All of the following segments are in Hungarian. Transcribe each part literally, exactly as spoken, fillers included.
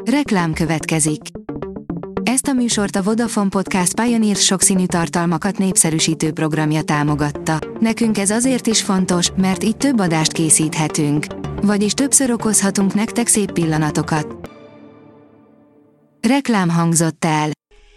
Reklám következik. Ezt a műsort a Vodafone Podcast Pioneer sokszínű tartalmakat népszerűsítő programja támogatta. Nekünk ez azért is fontos, mert így több adást készíthetünk. Vagyis többször okozhatunk nektek szép pillanatokat. Reklám hangzott el.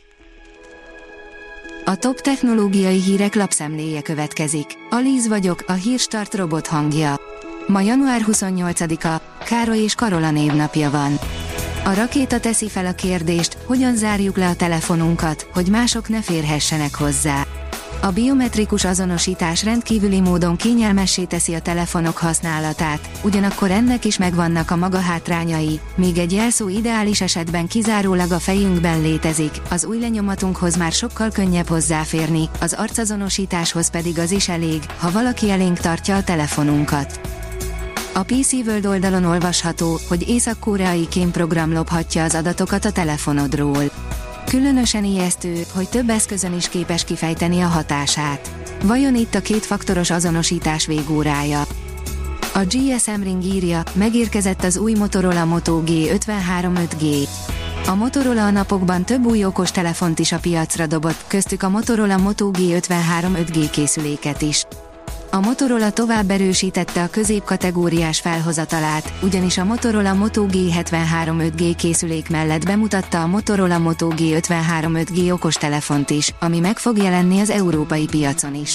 A top technológiai hírek lapszemléje következik. Alíz vagyok, a Hírstart robot hangja. Ma január huszonnyolcadika, Károly és Karola névnapja van. A rakéta teszi fel a kérdést, hogyan zárjuk le a telefonunkat, hogy mások ne férhessenek hozzá. A biometrikus azonosítás rendkívüli módon kényelmessé teszi a telefonok használatát, ugyanakkor ennek is megvannak a maga hátrányai, míg egy jelszó ideális esetben kizárólag a fejünkben létezik, az új lenyomatunkhoz már sokkal könnyebb hozzáférni, az arcazonosításhoz pedig az is elég, ha valaki elénk tartja a telefonunkat. A pé cé World oldalon olvasható, hogy észak-koreai kémprogram lophatja az adatokat a telefonodról. Különösen ijesztő, hogy több eszközön is képes kifejteni a hatását. Vajon itt a kétfaktoros azonosítás végórája? A gé es em Ring írja, megérkezett az új Motorola Moto G ötvenhárom öt G. A Motorola a napokban több új okostelefont is a piacra dobott, köztük a Motorola Moto G ötvenhárom öt G készüléket is. A Motorola tovább erősítette a középkategóriás felhozatalát, ugyanis a Motorola Moto G hetvenhárom öt G készülék mellett bemutatta a Motorola Moto G ötvenhárom öt G okostelefont is, ami meg fog jelenni az európai piacon is.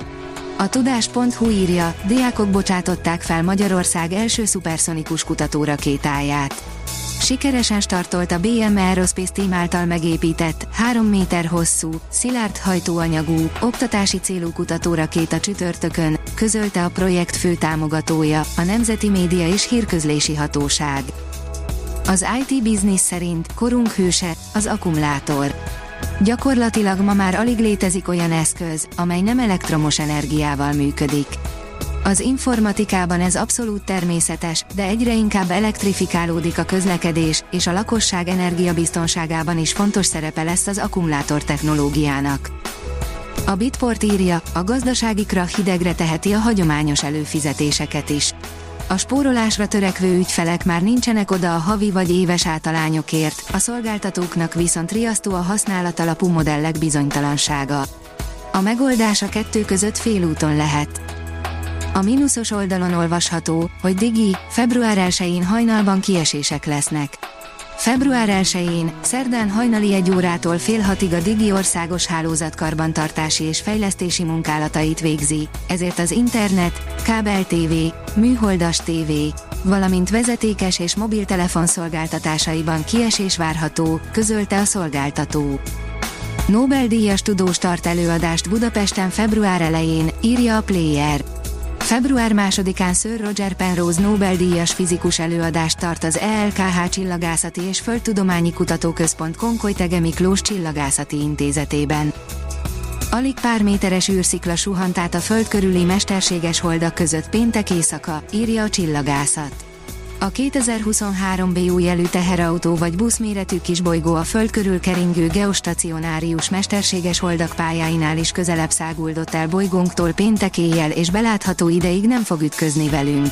A tudás pont hu írja, diákok bocsátották fel Magyarország első szuperszonikus kutatórakétáját. Sikeresen startolt a bé em e Aerospace Team által megépített, három méter hosszú, szilárd hajtóanyagú, oktatási célú kutatórakéta csütörtökön, közölte a projekt fő támogatója, a Nemzeti Média és Hírközlési Hatóság. Az i té Business szerint korunk hőse, az akkumulátor. Gyakorlatilag ma már alig létezik olyan eszköz, amely nem elektromos energiával működik. Az informatikában ez abszolút természetes, de egyre inkább elektrifikálódik a közlekedés, és a lakosság energiabiztonságában is fontos szerepe lesz az akkumulátor technológiának. A Bitport írja, a gazdasági krach hidegre teheti a hagyományos előfizetéseket is. A spórolásra törekvő ügyfelek már nincsenek oda a havi vagy éves általányokért, a szolgáltatóknak viszont riasztó a használatalapú modellek bizonytalansága. A megoldás a kettő között félúton lehet. A mínuszos oldalon olvasható, hogy Digi, február elsején hajnalban kiesések lesznek. február elsején, szerdán hajnali egy órától fél hatig a Digi országos hálózatkarbantartási és fejlesztési munkálatait végzi, ezért az internet, kábel tévé, műholdas tévé, valamint vezetékes és mobiltelefon szolgáltatásaiban kiesés várható, közölte a szolgáltató. Nobel-díjas tudós tart előadást Budapesten február elején, írja a Player. február másodikán Sir Roger Penrose Nobel-díjas fizikus előadást tart az é el ká há Csillagászati és Földtudományi Kutatóközpont Konkoly-Thege Miklós Csillagászati Intézetében. Alig pár méteres űrszikla suhant át a Föld körüli mesterséges holdak között péntek éjszaka, írja a Csillagászat. A kétezer-huszonhárom bé új-jelű teherautó vagy buszméretű kisbolygó a Föld körül keringő geostacionárius mesterséges holdak pályáinál is közelebb száguldott el bolygónktól péntek éjjel, és belátható ideig nem fog ütközni velünk.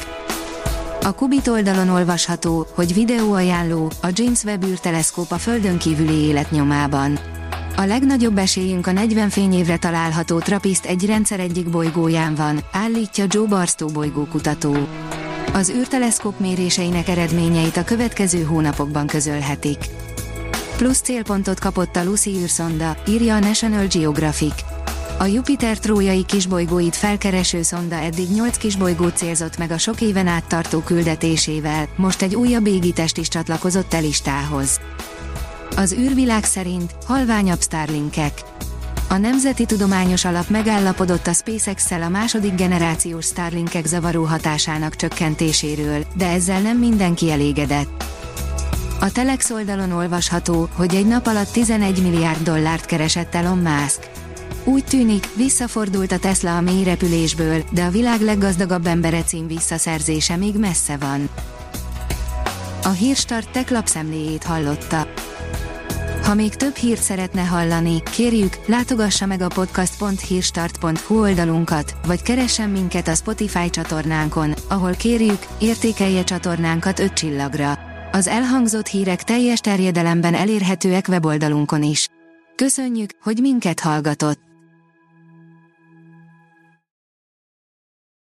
A Kubit oldalon olvasható, hogy videóajánló, a James Webb űrteleszkóp a Földön kívüli élet nyomában. A legnagyobb esélyünk a negyven fényévre található TRAPPIST egy rendszer egyik bolygóján van, állítja Joe Barstow bolygókutató. Az űrteleszkóp méréseinek eredményeit a következő hónapokban közölhetik. Plusz célpontot kapott a Lucy űrszonda, írja a National Geographic. A Jupiter trójai kisbolygóit felkereső szonda eddig nyolc kisbolygót célzott meg a sok éven át tartó küldetésével, most egy újabb égitest is csatlakozott a listához. Az űrvilág szerint halványabb Starlinkek. A Nemzeti Tudományos Alap megállapodott a SpaceX-szel a második generációs Starlinkek zavaró hatásának csökkentéséről, de ezzel nem mindenki elégedett. A Telex oldalon olvasható, hogy egy nap alatt tizenegy milliárd dollárt keresett Elon Musk. Úgy tűnik, visszafordult a Tesla a mély repülésből, de a világ leggazdagabb embere cím visszaszerzése még messze van. A Hírstart tech lapszemléjét hallotta. Ha még több hírt szeretne hallani, kérjük, látogassa meg a podcast pont hírstart pont hu oldalunkat, vagy keressen minket a Spotify csatornánkon, ahol kérjük, értékelje csatornánkat öt csillagra. Az elhangzott hírek teljes terjedelemben elérhetőek weboldalunkon is. Köszönjük, hogy minket hallgatott!